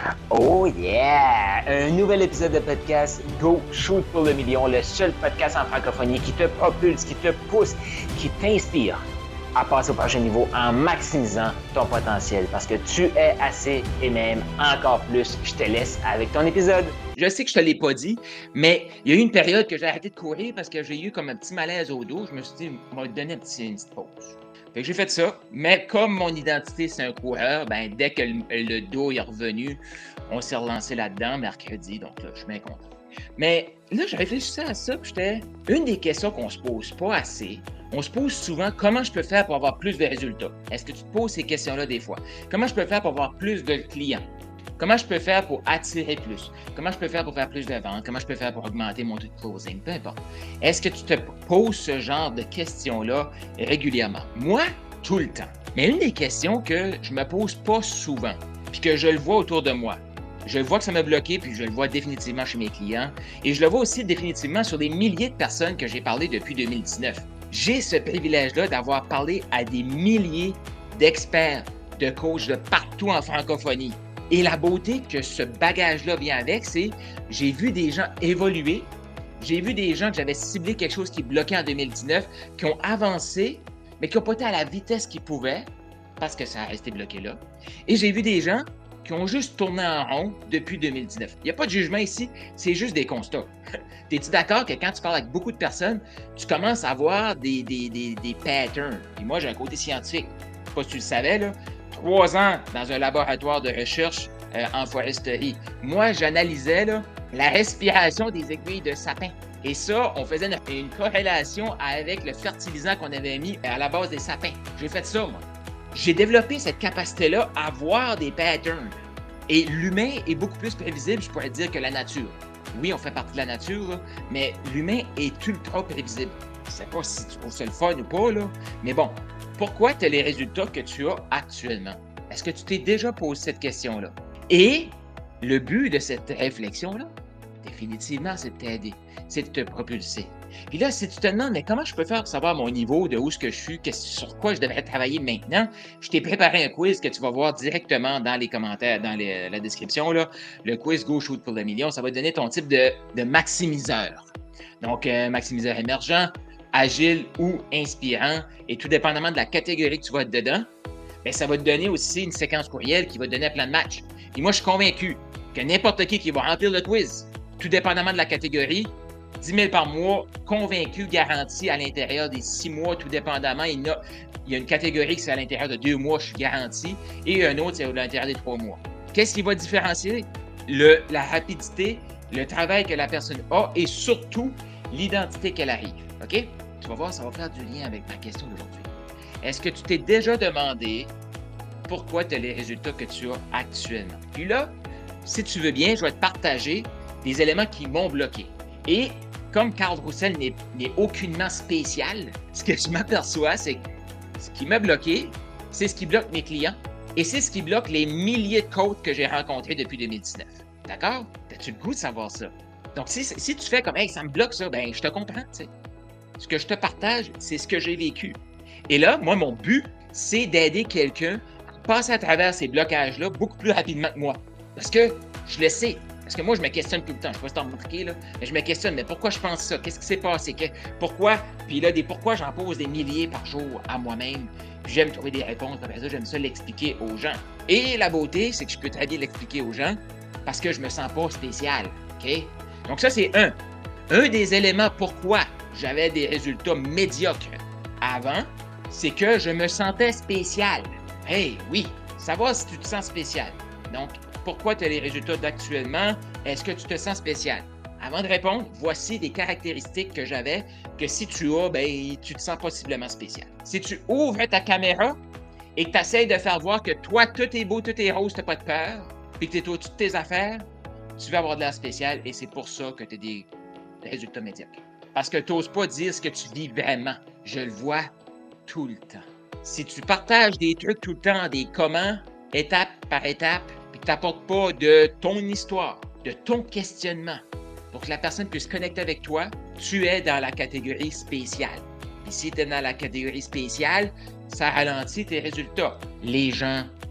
Oh yeah! Un nouvel épisode de podcast Go Shoot pour le million, le seul podcast en francophonie qui te propulse, qui te pousse, qui t'inspire à passer au prochain niveau en maximisant ton potentiel parce que tu es assez et même encore plus. Je te laisse avec ton épisode. Je sais que je te l'ai pas dit, mais il y a eu une période que j'ai arrêté de courir parce que j'ai eu comme un petit malaise au dos. Je me suis dit, on va te donner une petite pause. Fait que j'ai fait ça, mais comme mon identité, c'est un coureur, ben dès que le dos est revenu, on s'est relancé là-dedans mercredi, donc là, je suis bien content. Mais là, je réfléchissais à ça, puis une des questions qu'on se pose pas assez, on se pose souvent comment je peux faire pour avoir plus de résultats. Est-ce que tu te poses ces questions-là des fois? Comment je peux faire pour avoir plus de clients? Comment je peux faire pour attirer plus? Comment je peux faire pour faire plus de ventes? Comment je peux faire pour augmenter mon taux de closing? Peu importe. Est-ce que tu te poses ce genre de questions-là régulièrement? Moi, tout le temps. Mais une des questions que je me pose pas souvent, puis que je le vois autour de moi, je vois que ça m'a bloqué, puis je le vois définitivement chez mes clients, et je le vois aussi définitivement sur des milliers de personnes que j'ai parlé depuis 2019. J'ai ce privilège-là d'avoir parlé à des milliers d'experts, de coachs de partout en francophonie. Et la beauté que ce bagage-là vient avec, c'est j'ai vu des gens évoluer, j'ai vu des gens que j'avais ciblé quelque chose qui bloquait en 2019, qui ont avancé, mais qui n'ont pas été à la vitesse qu'ils pouvaient, parce que ça a resté bloqué là. Et j'ai vu des gens qui ont juste tourné en rond depuis 2019. Il n'y a pas de jugement ici, c'est juste des constats. Es-tu d'accord que quand tu parles avec beaucoup de personnes, tu commences à voir des patterns? Puis moi, j'ai un côté scientifique. Je sais pas si tu le savais, là. 3 ans dans un laboratoire de recherche en foresterie. Moi, j'analysais la respiration des aiguilles de sapin. Et ça, on faisait une corrélation avec le fertilisant qu'on avait mis à la base des sapins. J'ai fait ça, moi. J'ai développé cette capacité-là à voir des patterns. Et l'humain est beaucoup plus prévisible, je pourrais dire, que la nature. Oui, on fait partie de la nature, là, mais l'humain est ultra prévisible. Je ne sais pas si tu trouves ça le fun ou pas, là, mais bon. Pourquoi tu as les résultats que tu as actuellement? Est-ce que tu t'es déjà posé cette question-là? Et le but de cette réflexion-là, définitivement, c'est de t'aider, c'est de te propulser. Puis là, si tu te demandes, mais comment je peux faire pour savoir mon niveau, de où est-ce que je suis, sur quoi je devrais travailler maintenant, je t'ai préparé un quiz que tu vas voir directement dans les commentaires, dans la description, là. Le quiz Go Shoot pour le million, ça va te donner ton type de maximiseur. Donc, maximiseur émergent, agile ou inspirant, et tout dépendamment de la catégorie que tu vas être dedans, bien, ça va te donner aussi une séquence courriel qui va te donner plein de matchs. Et moi, je suis convaincu que n'importe qui va remplir le quiz, tout dépendamment de la catégorie, 10 000 par mois, convaincu, garanti à l'intérieur des 6 mois, tout dépendamment. Il y a une catégorie qui c'est à l'intérieur de 2 mois, je suis garanti, et un autre, c'est à l'intérieur des 3 mois. Qu'est-ce qui va différencier? La rapidité, le travail que la personne a et surtout l'identité qu'elle arrive. OK? Tu vas voir, ça va faire du lien avec ma question d'aujourd'hui. Est-ce que tu t'es déjà demandé pourquoi tu as les résultats que tu as actuellement? Puis là, si tu veux bien, je vais te partager des éléments qui m'ont bloqué. Et comme Carl Roussel n'est aucunement spécial, ce que je m'aperçois, c'est que ce qui m'a bloqué, c'est ce qui bloque mes clients et c'est ce qui bloque les milliers de coachs que j'ai rencontrés depuis 2019. D'accord? As-tu le goût de savoir ça? Donc, si tu fais comme « Hey, ça me bloque ça », ben je te comprends, tu sais. Ce que je te partage, c'est ce que j'ai vécu. Et là, moi, mon but, c'est d'aider quelqu'un à passer à travers ces blocages-là beaucoup plus rapidement que moi. Parce que je le sais. Parce que moi, je me questionne tout le temps. Je ne sais pas si tu as remarqué, là, mais je me questionne. Mais pourquoi je pense ça? Qu'est-ce qui s'est passé? Pourquoi? Puis là, pourquoi j'en pose des milliers par jour à moi-même? Puis j'aime trouver des réponses. Après ça, j'aime ça l'expliquer aux gens. Et la beauté, c'est que je peux très bien l'expliquer aux gens parce que je me sens pas spécial. OK? Donc ça, c'est un des éléments pourquoi j'avais des résultats médiocres avant, c'est que je me sentais spécial. Hey, oui, savoir si tu te sens spécial. Donc, pourquoi tu as les résultats d'actuellement? Est-ce que tu te sens spécial? Avant de répondre, voici des caractéristiques que j'avais que si tu as, ben, tu te sens possiblement spécial. Si tu ouvres ta caméra et que tu essaies de faire voir que toi, tout est beau, tout est rose, tu n'as pas de peur, puis que tu es au-dessus de tes affaires, tu vas avoir de l'air spécial et c'est pour ça que tu as des résultats médiocres. Parce que tu n'oses pas dire ce que tu vis vraiment. Je le vois tout le temps. Si tu partages des trucs tout le temps, des comment, étape par étape, puis que tu n'apportes pas de ton histoire, de ton questionnement, pour que la personne puisse connecter avec toi, tu es dans la catégorie spéciale. Et si tu es dans la catégorie spéciale, ça ralentit tes résultats. Les gens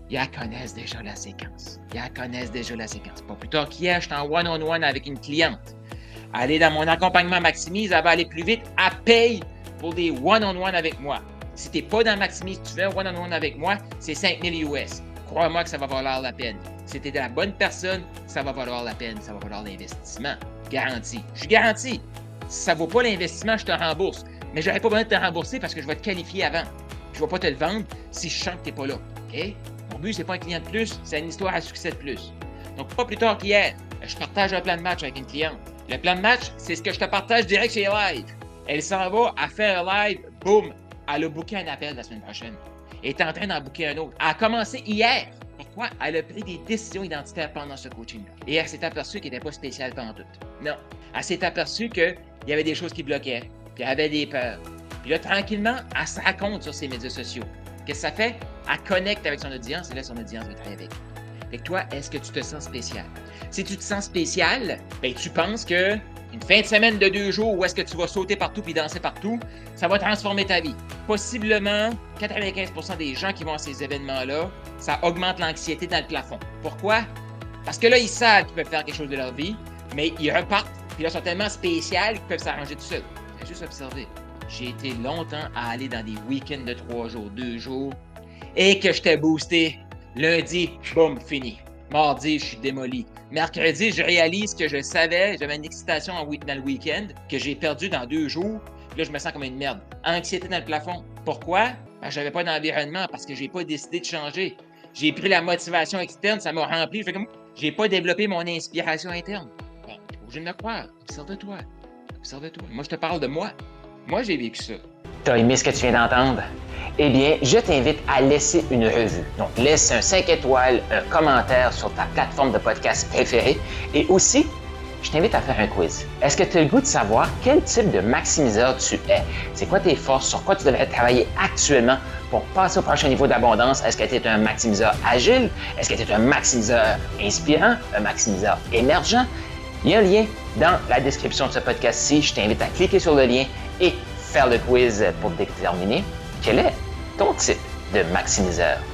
ils la connaissent déjà la séquence. Pas plus tard qu'hier, j'étais en one-on-one avec une cliente. Elle est dans mon accompagnement Maximise, elle va aller plus vite, elle paye pour des one-on-one avec moi. Si tu n'es pas dans Maximise, tu fais un one-on-one avec moi, c'est 5000 US. Crois-moi que ça va valoir la peine. Si tu es la bonne personne, ça va valoir la peine, ça va valoir l'investissement. Garanti. Je suis garanti. Si ça ne vaut pas l'investissement, je te rembourse. Mais je n'aurais pas besoin de te rembourser parce que je vais te qualifier avant. Je ne vais pas te le vendre si je sens que tu n'es pas là. OK? Mon but, c'est pas un client de plus, c'est une histoire à succès de plus. Donc, pas plus tard qu'hier, je partage un plan de match avec une cliente. Le plan de match, c'est ce que je te partage direct chez Live. Elle s'en va, elle fait un live, boum, elle a booké un appel la semaine prochaine. Elle est en train d'en booker un autre. Elle a commencé hier. Pourquoi? Elle a pris des décisions identitaires pendant ce coaching-là. Et elle s'est aperçue qu'elle n'était pas spéciale pendant tout. Non. Elle s'est aperçue qu'il y avait des choses qui bloquaient, puis elle avait des peurs. Puis là, tranquillement, elle se raconte sur ses médias sociaux. Qu'est-ce que ça fait? Elle connecte avec son audience et là, son audience veut travailler avec. Fait que toi, est-ce que tu te sens spécial? Si tu te sens spécial, ben tu penses que une fin de semaine de 2 jours où est-ce que tu vas sauter partout puis danser partout, ça va transformer ta vie. Possiblement, 95% des gens qui vont à ces événements-là, ça augmente l'anxiété dans le plafond. Pourquoi? Parce que là, ils savent qu'ils peuvent faire quelque chose de leur vie, mais ils repartent, puis là, ils sont tellement spéciaux qu'ils peuvent s'arranger tout seuls. J'ai juste observé. J'ai été longtemps à aller dans des week-ends de 3 jours, 2 jours, et que j'étais boosté. Lundi, boum, fini. Mardi, je suis démoli. Mercredi, je réalise que je savais, j'avais une excitation dans le week-end que j'ai perdu dans 2 jours. Là, je me sens comme une merde. Anxiété dans le plafond. Pourquoi? Parce que j'avais pas d'environnement, parce que j'ai pas décidé de changer. J'ai pris la motivation externe, ça m'a rempli. Je fais comme, j'ai pas développé mon inspiration interne. Bon, t'es pas obligé de me croire. Observe-toi. Observe-toi. Moi, je te parle de moi. Moi, j'ai vécu ça. T'as aimé ce que tu viens d'entendre? Eh bien, je t'invite à laisser une revue. Donc, laisse un 5 étoiles, un commentaire sur ta plateforme de podcast préférée. Et aussi, je t'invite à faire un quiz. Est-ce que tu as le goût de savoir quel type de maximiseur tu es? C'est quoi tes forces? Sur quoi tu devrais travailler actuellement pour passer au prochain niveau d'abondance? Est-ce que tu es un maximiseur agile? Est-ce que tu es un maximiseur inspirant? Un maximiseur émergent? Il y a un lien dans la description de ce podcast-ci. Je t'invite à cliquer sur le lien et faire le quiz pour déterminer quel est ton type de maximiseur.